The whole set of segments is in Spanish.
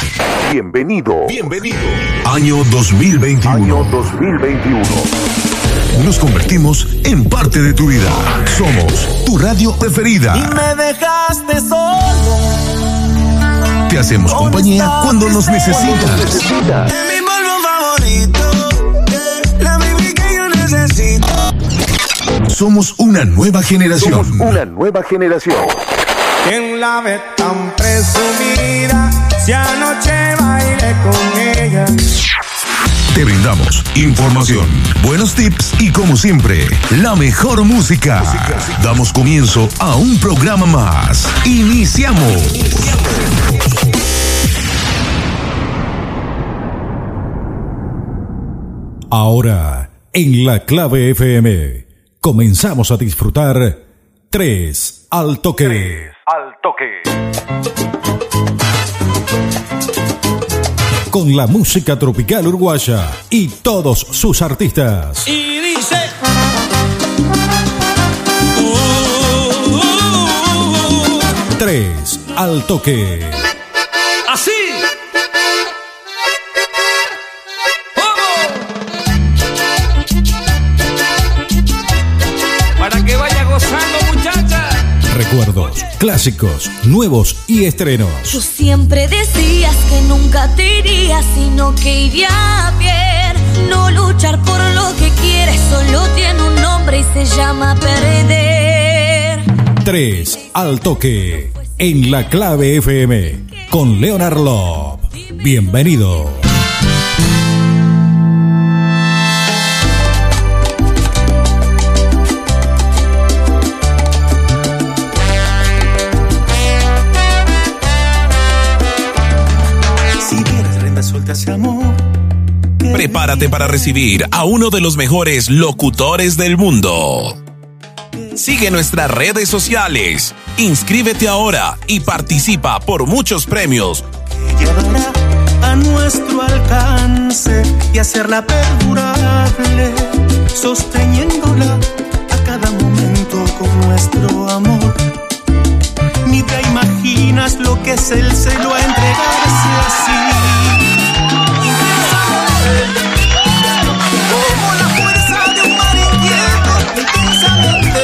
Bienvenido. Año 2021. Nos convertimos en parte de tu vida. Somos tu radio preferida. Y me dejaste solo. Te hacemos compañía cuando nos necesitas. Es mi polvo favorito. La baby que yo necesito. Somos una nueva generación. ¿Quién la ve tan presumida? Si anoche bailé con ella. Te brindamos información, buenos tips y, como siempre, la mejor música. Damos comienzo a un programa más. Iniciamos. Ahora, en La Clave FM, comenzamos a disfrutar 3 al toque. Con la música tropical uruguaya y todos sus artistas. Y dice 3 al toque. así. Para que vaya gozando, muchacha. Recuerdos, clásicos, nuevos y estrenos. Tú siempre decías que nunca te irías, sino que iría bien. No luchar por lo que quieres, solo tiene un nombre y se llama perder. 3 al toque. En La Clave FM. Con Leonard Love. Bienvenido. Prepárate para recibir a uno de los mejores locutores del mundo. Sigue nuestras redes sociales, inscríbete ahora y participa por muchos premios. Llevará a nuestro alcance y hacerla perdurable, sosteniéndola a cada momento con nuestro amor. Ni te imaginas lo que es el celo a entregarse así. Como la fuerza de un mar inquieto, intensamente.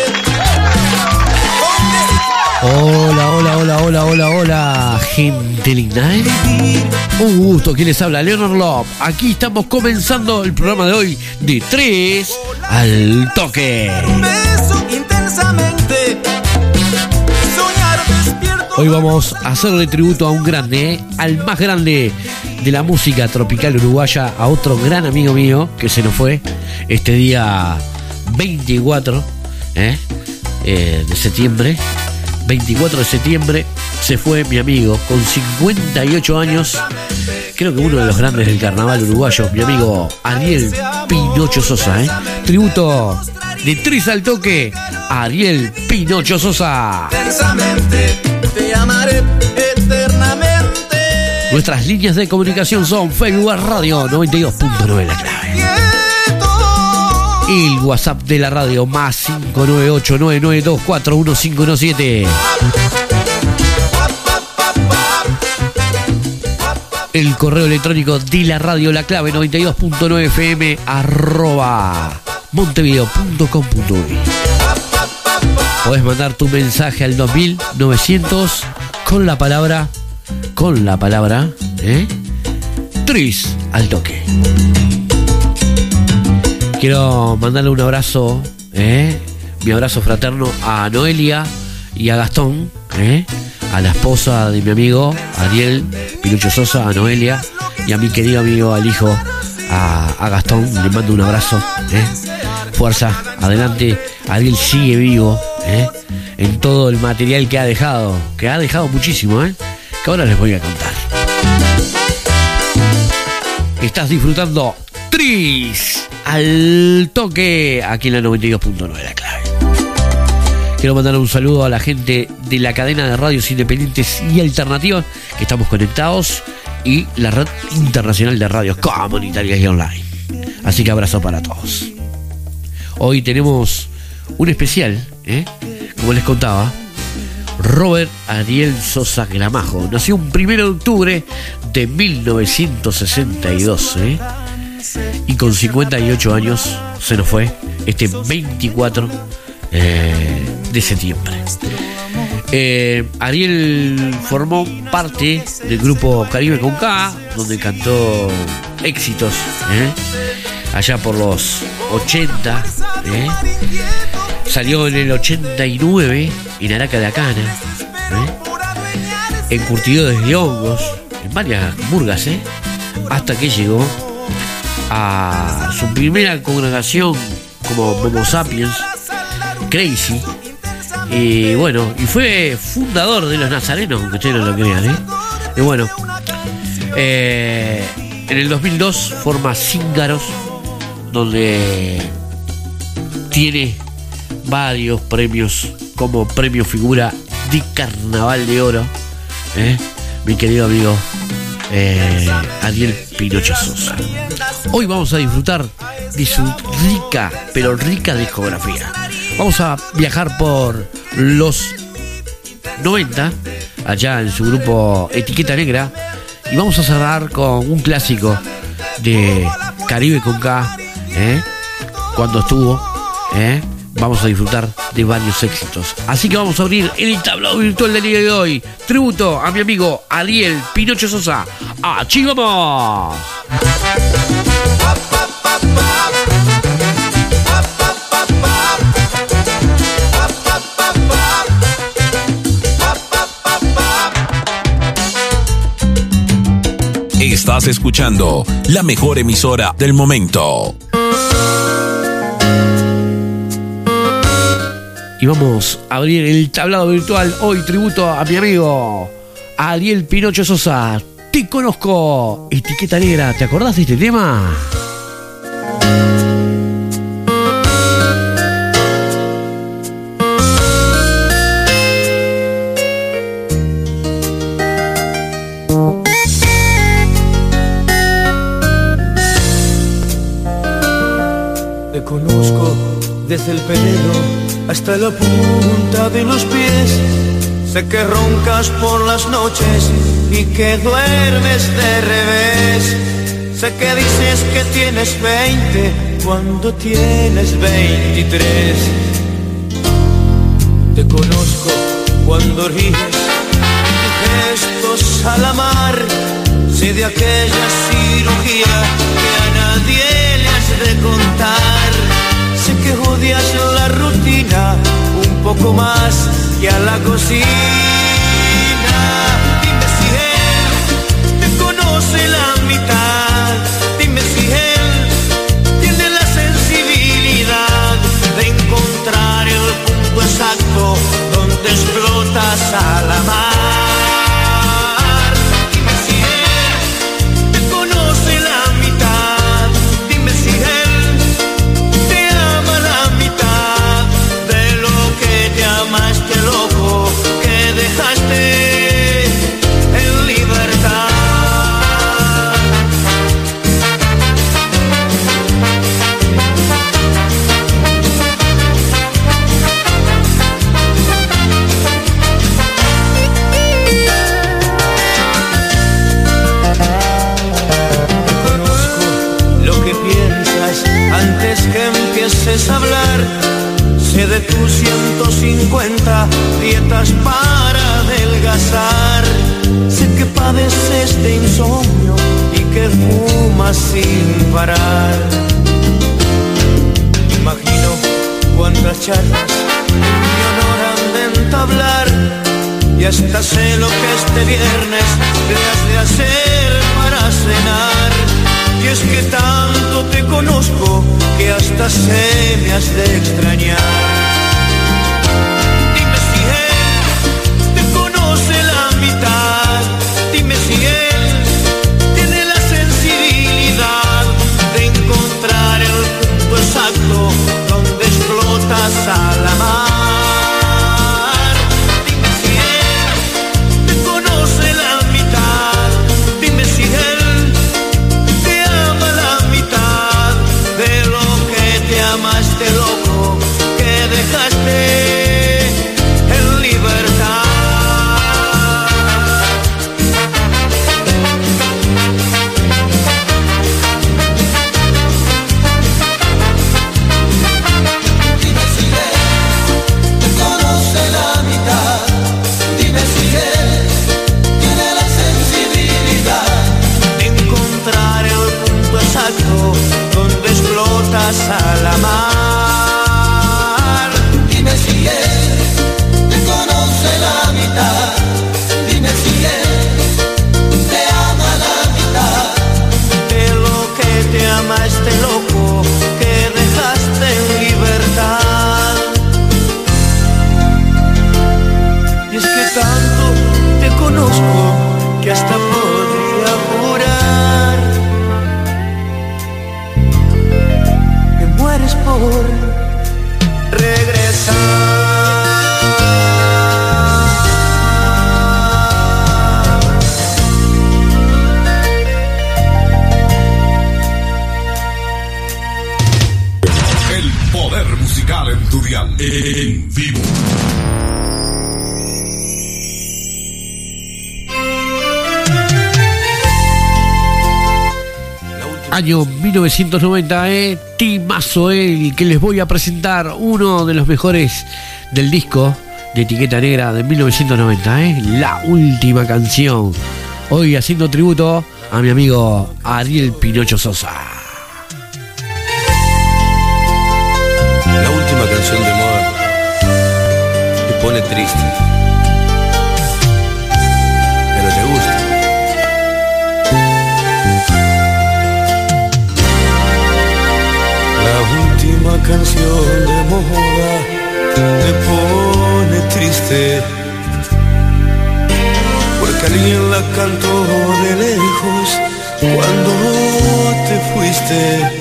Hola, gente linda, ¿eh? Un gusto, que les habla Leonard Love. Aquí estamos comenzando el programa de hoy de 3 al toque. Un beso intensamente. Soñar despierto. Hoy vamos a hacerle tributo a un grande, ¿eh? Al más grande de la música tropical uruguaya, a otro gran amigo mío que se nos fue este día 24 de septiembre. 24 de septiembre se fue mi amigo con 58 años, creo que uno de los grandes del carnaval uruguayo, mi amigo Ariel Pinocho Sosa, ¿eh? Tributo de 3 al toque a Ariel Pinocho Sosa. Te amaré eternamente. Nuestras líneas de comunicación son Facebook Radio 92.9 La Clave. Y el WhatsApp de la radio más 598-992-41517. El correo electrónico de la radio La Clave 92.9 FM @montevideo.com.uy. Podés mandar tu mensaje al 2900 con la palabra 3 al toque. Quiero mandarle un abrazo, mi abrazo fraterno a Noelia y a Gastón, a la esposa de mi amigo Ariel Pinocho Sosa, a Noelia, y a mi querido amigo, al hijo, a Gastón. Le mando un abrazo, fuerza, adelante. Ariel sigue vivo, en todo el material que ha dejado muchísimo, que ahora les voy a contar. Estás disfrutando 3 al toque aquí en la 92.9 La Clave. Quiero mandar un saludo a la gente de la cadena de radios independientes y alternativas que estamos conectados, y la red internacional de radios comunitarias y online. Así que abrazo para todos. Hoy tenemos un especial, como les contaba, Robert Ariel Sosa Gramajo. Nació un 1 de octubre de 1962, y con 58 años se nos fue este 24 de septiembre. Ariel formó parte del grupo Caribe con K, donde cantó éxitos allá por los 80. Salió en el 89 en Araca de Acana, en Curtidores de Hongos, en varias murgas, hasta que llegó a su primera congregación como Homo Sapiens, Crazy. Y bueno, y fue fundador de los Nazarenos, aunque ustedes no lo crean, Y bueno, en el 2002 forma Cíngaros, donde tiene varios premios, como premio figura de Carnaval de Oro, mi querido amigo Ariel Pinocho Sosa. Hoy vamos a disfrutar de su rica, pero rica discografía. Vamos a viajar por los 90, allá en su grupo Etiqueta Negra, y vamos a cerrar con un clásico de Caribe con K, cuando estuvo, vamos a disfrutar de varios éxitos. Así que vamos a abrir el tablado virtual del día de hoy. Tributo a mi amigo Ariel Pinocho Sosa. ¡Achí vamos! Estás escuchando la mejor emisora del momento. Y vamos a abrir el tablado virtual. Hoy tributo a mi amigo Ariel Pinocho Sosa. Te conozco, Etiqueta Negra. ¿Te acordás de este tema? Te conozco desde el pelo hasta la punta de los pies. Sé que roncas por las noches y que duermes de revés. Sé que dices que tienes 20 cuando tienes 23. Te conozco cuando ríes y gestos al amar. Sé de aquella cirugía que a nadie le has de contar. Sé que odias la rutina un poco más que a la cocina. Dime si él te conoce la mitad. Dime si él tiene la sensibilidad de encontrar el punto exacto donde explotas a la mar. Dime si él te conoce la mitad. Dime si él te ama la mitad de lo que te ama este loco que dejaste en libertad. Antes que empieces a hablar, sé de tus 150 dietas para adelgazar. Sé que padeces de insomnio y que fumas sin parar. Imagino cuántas charlas en mi honor han de entablar. Y hasta sé lo que este viernes le has de hacer para cenar. Y es que tanto te conozco que hasta sé me has de extrañar. Dime si él te conoce la mitad. Dime si él tiene la sensibilidad de encontrar el punto exacto donde explotas a la mar. Dime si él te conoce la mitad. Dime si él te ama este loco que Año 1990, Timazo, el que les voy a presentar, uno de los mejores del disco de Etiqueta Negra de 1990, La Última Canción. Hoy haciendo tributo a mi amigo Ariel Pinocho Sosa. La última canción de moda te pone triste, pero te gusta. La última canción de moda te pone triste, porque alguien la cantó de lejos cuando te fuiste.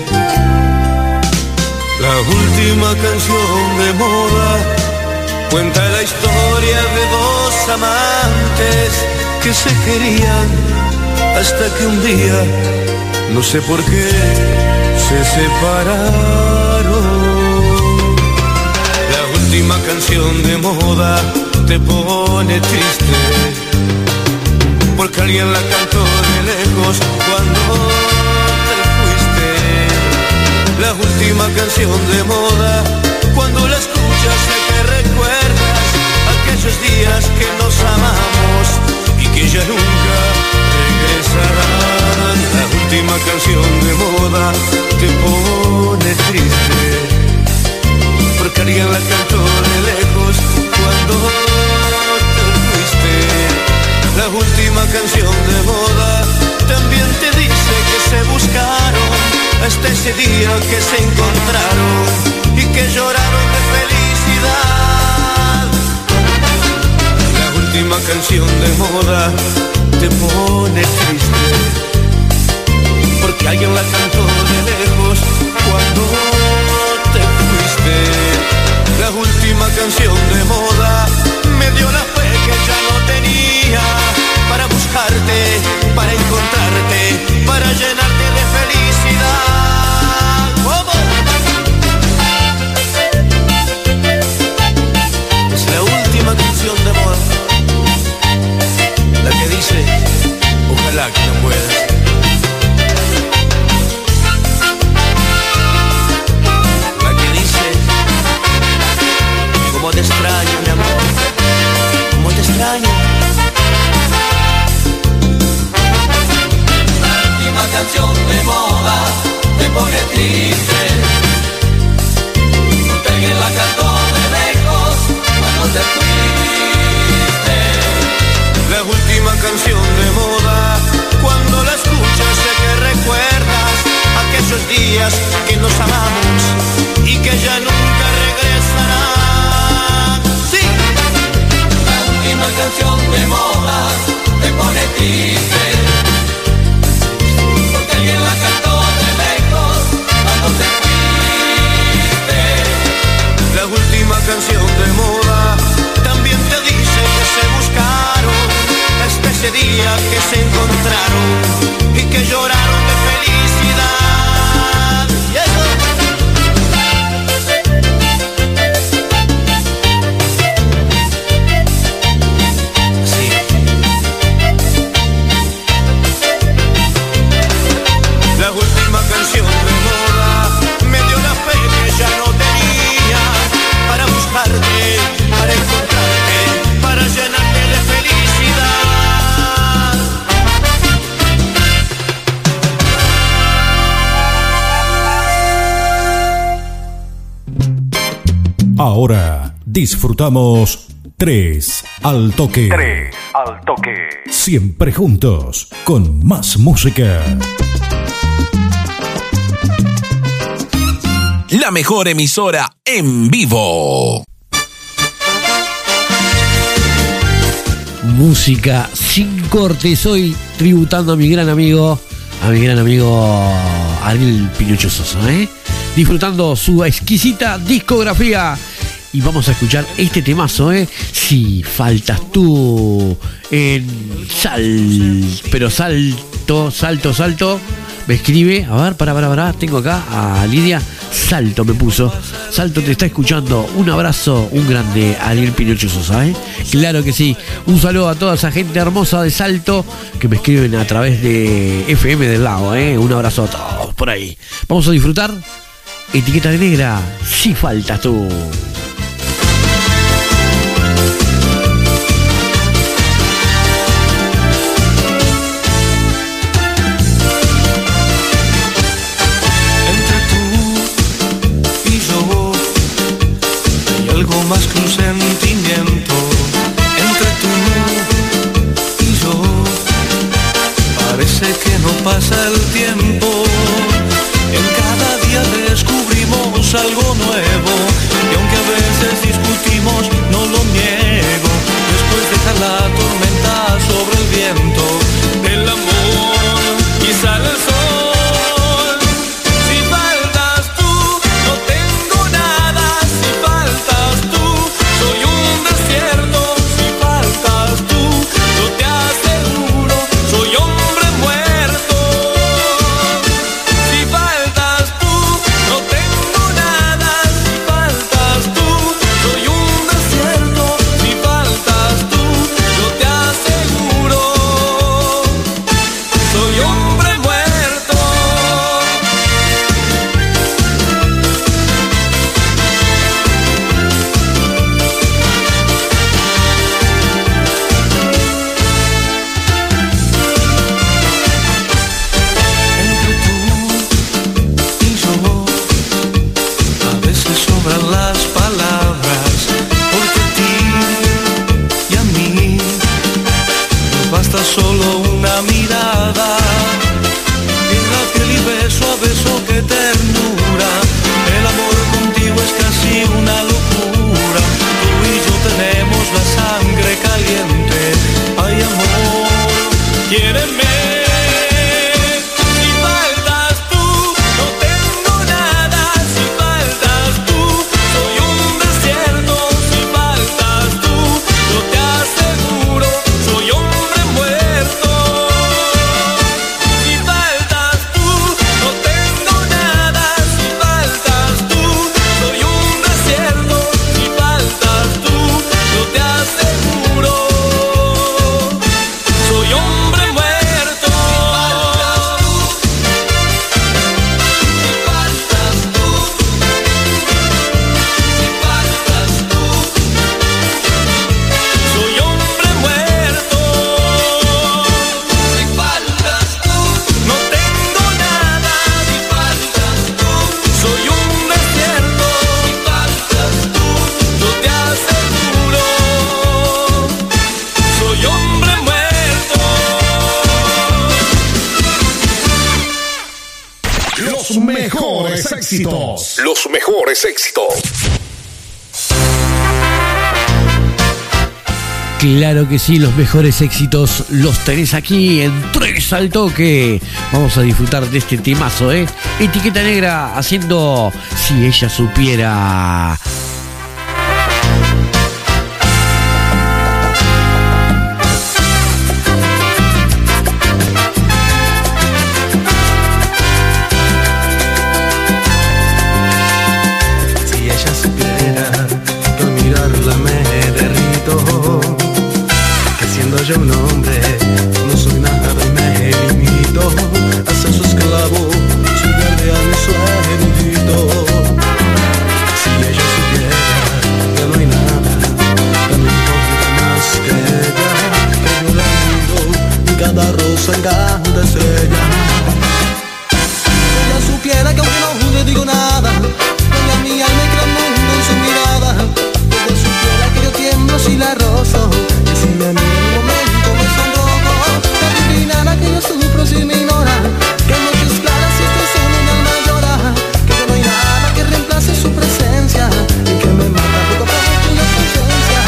La última canción de moda cuenta la historia de dos amantes que se querían hasta que un día, no sé por qué, se separaron. La última canción de moda te pone triste, porque alguien la cantó de lejos cuando te fuiste. La última canción de moda, cuando la escuchas sé que recuerdas aquellos días que nos amamos y que ya nunca regresarán. La última canción de moda te pone triste, porque alguien la cantó de lejos cuando te fuiste. La última canción de moda también te dice que se buscaron hasta ese día que se encontraron y que lloraron de felicidad. La última canción de moda te pone triste, porque alguien la cantó de lejos cuando te fuiste. La última canción de moda me dio la fe que ya no tenía, para buscarte, para encontrarte, para llenarte de felicidad. ¡Vamos! Es la última canción de moda, la que dice, ojalá que no puedas. La que dice, cómo te extraño, mi amor, cómo te extraño. La canción de moda te pone triste, porque alguien la cantó de lejos cuando te fuiste. La última canción de moda, cuando la escuchas sé que recuerdas aquellos días que nos amamos y que ya nunca regresarán. Sí. La última canción de moda te pone triste, alguien la cantó de lejos cuando te fuiste. La última canción de moda también te dice que se buscaron hasta ese día que se encontraron y que lloraron de felicidad. Y eso. Sí. La última canción de moda me dio la fe que ya no tenía, para buscarte, para encontrarte, para llenarte de felicidad. Ahora disfrutamos 3 al toque. 3 al toque. Siempre juntos con más música. La mejor emisora en vivo. Música sin cortes. Hoy tributando a mi gran amigo Ariel Pinocho Sosa, disfrutando su exquisita discografía. Y vamos a escuchar este temazo, Si faltas tú en salto, Me escribe, a ver, para, tengo acá a Lidia. Salto me puso. Salto te está escuchando. Un abrazo, un grande a Ariel Pinocho Sosa, ¿eh? Claro que sí. Un saludo a toda esa gente hermosa de Salto que me escriben a través de FM del Lago, ¿eh? Un abrazo a todos por ahí. Vamos a disfrutar. Etiqueta Negra, si faltas tú. Algo más que un sentimiento entre tú y yo. Parece que no pasa el tiempo. En cada día descubrimos algo nuevo. Y aunque a veces discutimos, no lo niego. Después deja la tormenta sobre el viento del amor y sale el sol. Solo una mirada, en la piel y beso a beso, qué ternura. El amor contigo es casi una locura. Tú y yo tenemos la sangre caliente. Ay amor, quiéreme. Los mejores éxitos. Claro que sí, los mejores éxitos los tenés aquí en Tres al Toque. Vamos a disfrutar de este temazo, ¿eh? Etiqueta Negra haciendo Si ella supiera. Yo un hombre, no soy nada y me limito a ser su esclavo, subirle a mi sueldito. Si ella supiera que no hay nada tan importante más que ella, que yo la miro y cada rosa en cada estrella. Si ella supiera que aunque no le digo nada, con mi alma y gran mundo en su mirada. Si ella supiera que yo tiemblo si la rozo, y si me mira que yo sufro si me ignora, que noches claras y estoy solo mi alma llora, que no hay nada que reemplace su presencia y que me mata poco a poco la conciencia.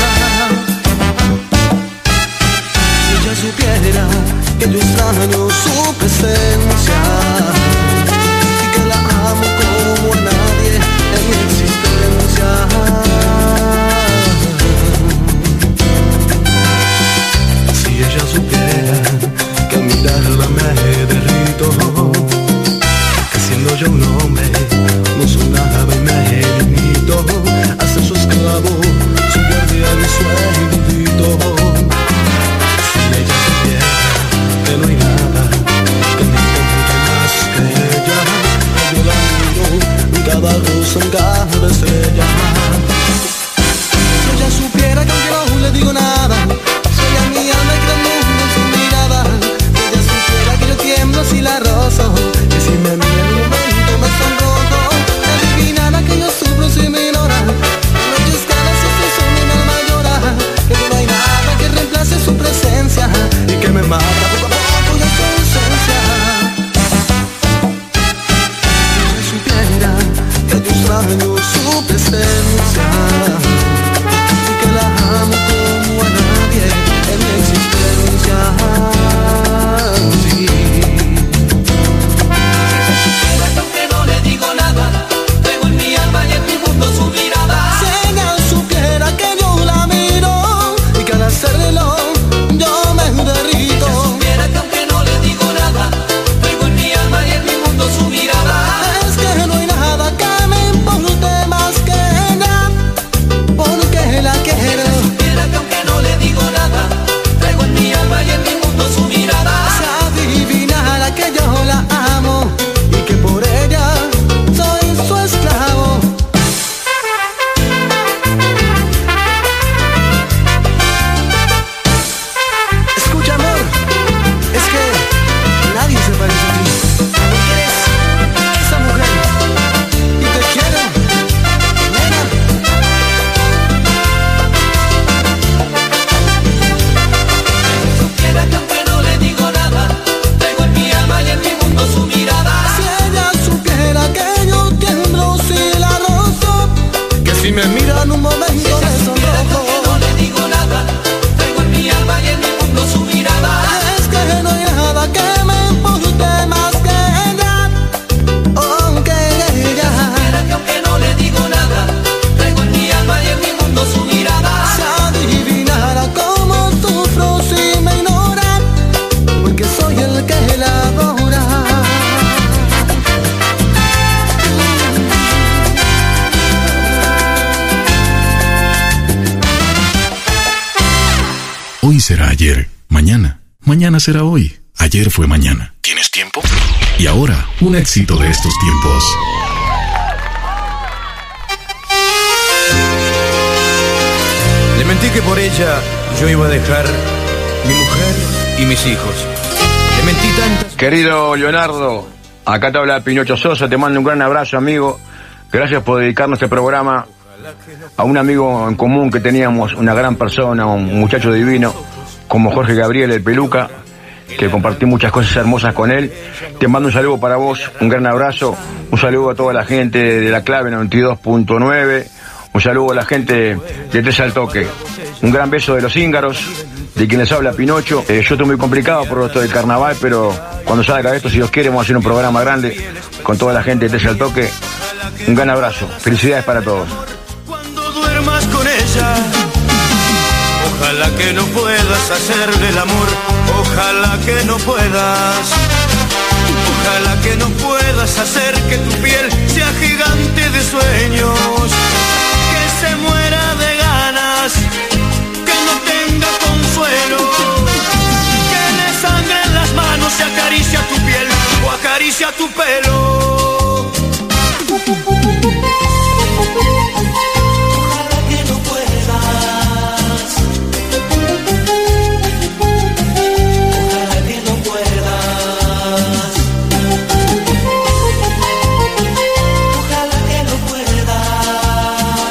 Si ella supiera que yo extraño su presencia y que la amo como a nadie en mi existencia. Si ella supiera que al mirarla me derrito yo un hombre, no soy nada y me limito a ser su esclavo, su guardián y su erudito. Si ella supiera que no hay nada que me importe más que ella, yo la miro en cada rosa, en cada estrella. Si ella supiera que aunque no le digo nada, soy a mi alma y creo mundo en su mirada. Si ella supiera que yo tiemblo si la rozo, que si me mira en un momento me sonrojo, adivinará que yo sufro si me ignora. Noches caras y su mi alma llora, que no hay nada que reemplace su presencia y que me mata poco a poco ya su ausencia. Si supiera que yo extraño su presencia y que la amo como a nadie en mi existencia. Sí. Aunque no le digo nada, tengo en mi alma y en mi mundo su mirada. Si ella supiera que yo la miro y que al hacerlo yo me derrito. Si supiera que aunque no le digo nada, tengo en mi alma y en mi mundo su mirada. Es que no hay nada que me importe más que ella, porque la quiero. Si supiera que aunque no le digo nada, tengo en mi alma y en mi mundo su mirada. Si adivinara que yo la amo y que por ella soy su esclavo. Escucha, amor, es que nadie se parece a ti, porque eres esa mujer y te quiero, nena. Si supiera que aunque no le digo nada, tengo en mi alma y en mi mundo su mirada. Si ella supiera que yo tiemblo si la rozo, que si me mira en un momento me sonrojo. No le digo nada, tengo en mi alma y en mi mundo su mirada. Es que no hay nada que me importe más que ella, aunque ella. Supiera que aunque no le digo nada, tengo en mi alma y en mi mundo su mirada. Si adivinara cómo sufro si me ignora, porque soy el que la adora. Hoy será ayer, mañana será hoy, ayer fue mañana. ¿Tienes tiempo? Y ahora, un éxito de estos tiempos. Le mentí que por ella yo iba a dejar mi mujer y mis hijos. Le mentí tantas. Querido Leonardo, acá te habla Pinocho Sosa, te mando un gran abrazo, amigo. Gracias por dedicarnos este programa a un amigo en común que teníamos, una gran persona, un muchacho divino, como Jorge Gabriel, el Peluca, que compartí muchas cosas hermosas con él. Te mando un saludo para vos, un gran abrazo, un saludo a toda la gente de la clave 92.9, un saludo a la gente de Tres al Toque, un gran beso de los Íngaros, de quien les habla Pinocho. Yo estoy muy complicado por esto del carnaval, pero cuando salga esto, si Dios quiere, vamos a hacer un programa grande con toda la gente de Tres al Toque. Un gran abrazo, felicidades para todos. Cuando duermas con ella, ojalá que no puedas hacer del amor, ojalá que no puedas, ojalá que no puedas hacer que tu piel sea gigante de sueños, que se muera de ganas, que no tenga consuelo, que le sangren las manos y acaricia tu piel o acaricia tu pelo. Ojalá que no puedas, ojalá que no puedas, ojalá que no puedas,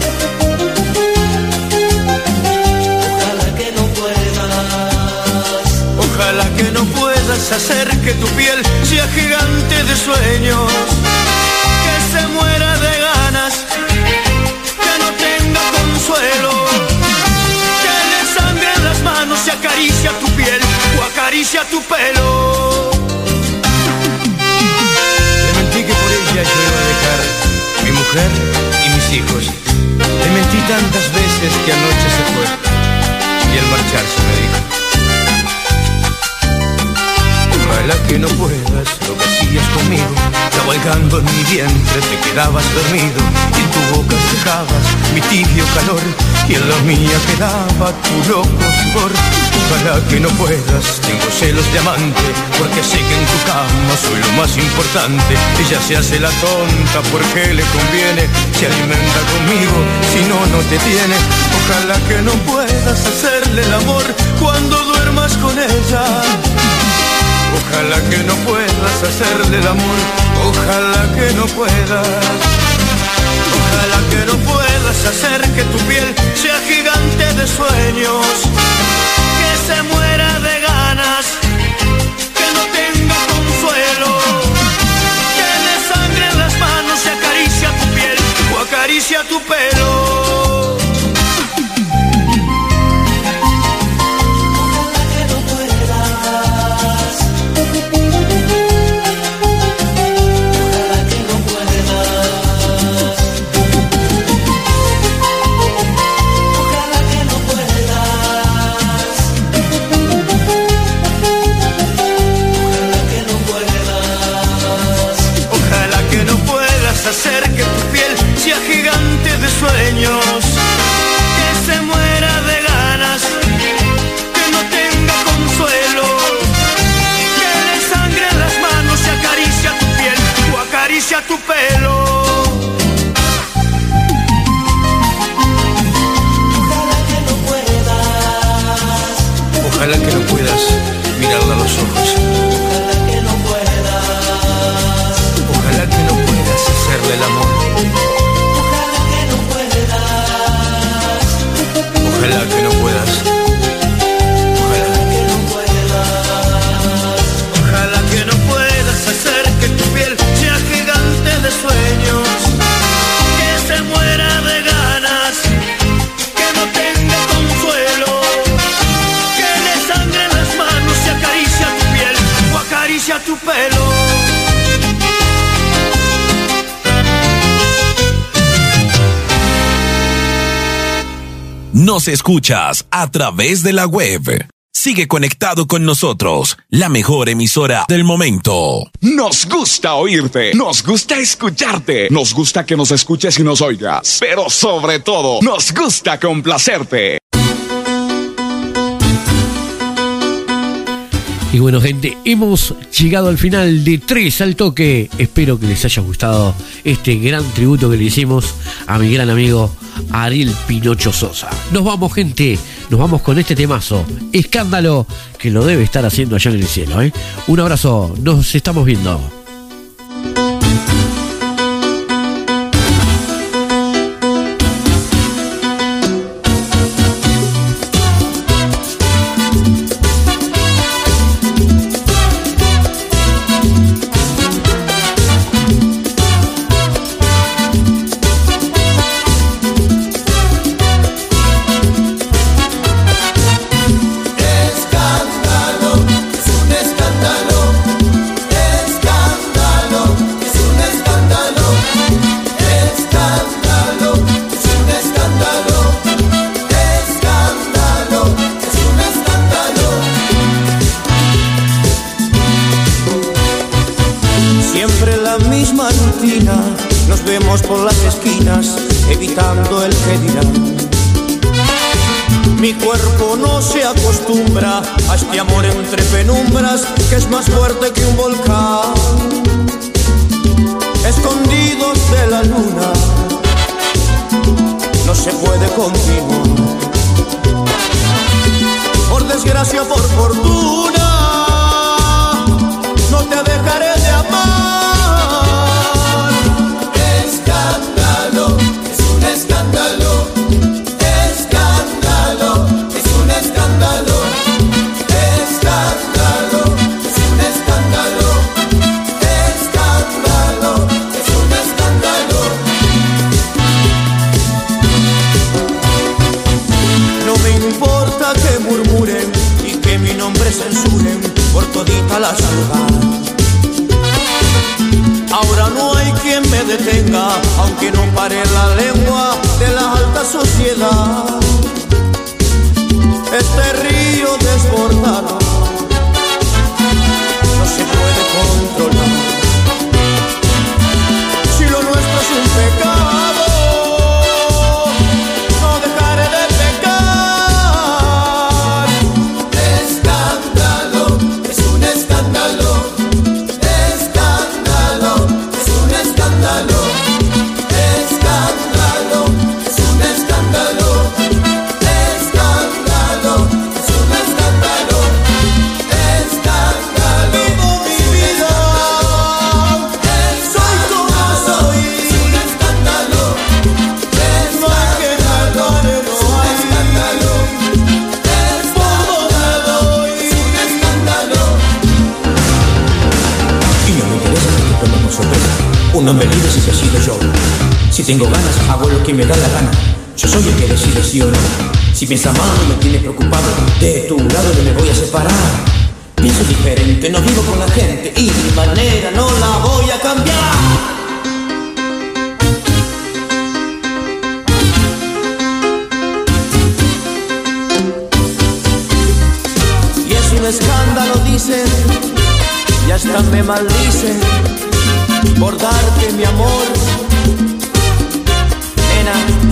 ojalá que no puedas, ojalá que no puedas hacer que tu piel sea gigante de sueños, que se muera de ganas, que no tenga consuelo, que le sangren las manos y acaricia tu piel o acaricia tu pelo. Le mentí que por ella yo iba a dejar mi mujer y mis hijos. Le mentí tantas veces que anoche se fue y al marcharse me dijo: ojalá que que no puedas lo que hacías conmigo. Cabalgando en mi vientre te quedabas dormido y en tu boca dejabas mi tibio calor y en la mía quedaba tu loco sudor. Ojalá que no puedas, tengo celos de amante, porque sé que en tu cama soy lo más importante. Ella se hace la tonta porque le conviene, se alimenta conmigo, si no, no te tiene. Ojalá que no puedas hacerle el amor cuando duermas con ella. Ojalá que no puedas hacerle el amor, ojalá que no puedas. Ojalá que no puedas hacer que tu piel sea gigante de sueños, que se muera de ganas, que no tenga consuelo, que le sangre en las manos y acaricia tu piel o acaricia tu pelo. Hacer que tu piel sea gigante de sueños, que se muera de ganas, que no tenga consuelo, que le sangre en las manos y acaricia tu piel o acaricia tu pelo. Ojalá que no puedas, ojalá que no puedas mirarla a los ojos. Ojalá que no puedas, ojalá que no puedas hacerle el amor. Ojalá que no puedas. Ojalá que no puedas. Ojalá que no puedas. Ojalá que no puedas hacer que tu piel sea gigante de sueños, que se muera de ganas, que no tenga consuelo, que le sangre en las manos y acaricia tu piel o acaricia tu pelo. Nos escuchas a través de la web. Sigue conectado con nosotros, la mejor emisora del momento. Nos gusta oírte, nos gusta escucharte, nos gusta que nos escuches y nos oigas, pero sobre todo, nos gusta complacerte. Y bueno, gente, hemos llegado al final de 3 al Toque. Espero que les haya gustado este gran tributo que le hicimos a mi gran amigo Ariel Pinocho Sosa. Nos vamos, gente, nos vamos con este temazo, Escándalo, que lo debe estar haciendo allá en el cielo, ¿eh? Un abrazo, nos estamos viendo. Nos vemos por las esquinas, evitando el que dirán. Mi cuerpo no se acostumbra a este amor entre penumbras, que es más fuerte que un volcán. Escondidos de la luna, no se puede continuar. Por desgracia, por fortuna, no te dejaré de amar. Censuren por todita la ciudad. Ahora no hay quien me detenga, aunque no pare la lengua de la alta sociedad. Este río desbordado no se puede Un hombre libre si decido yo. Si tengo ganas, hago lo que me da la gana. Yo soy el que decide sí o no. Si piensas mal, no me tienes preocupado. De tu lado no me voy a separar. Pienso diferente, no vivo con la gente y mi manera no la voy a cambiar. Y es un escándalo, dicen, y hasta me maldicen por darte mi amor, nena.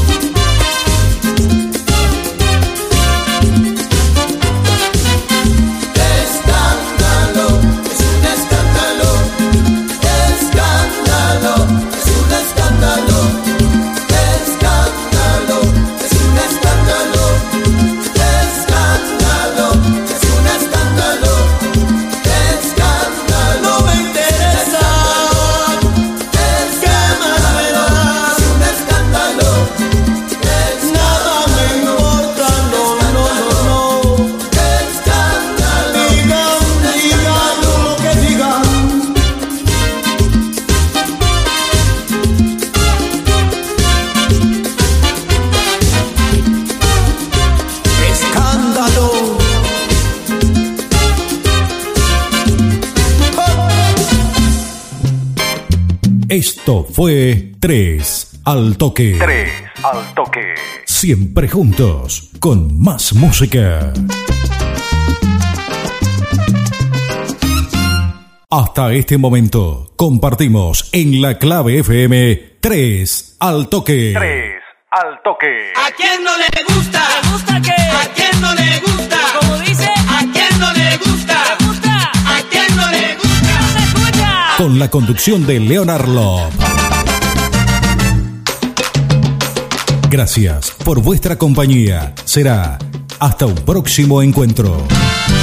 Esto fue 3 al Toque. 3 al Toque. Siempre juntos, con más música. Hasta este momento, compartimos en la Clave FM 3 al Toque. 3 al Toque. ¿A quién no le gusta? ¿Le gusta qué? ¿A quién no le gusta? ¿Cómo dice? ¿A quién no le gusta? ¿Le gusta? ¿A quién no le gusta? ¡No se escucha! Con la conducción de Leonard Love. Gracias por vuestra compañía. Será hasta un próximo encuentro.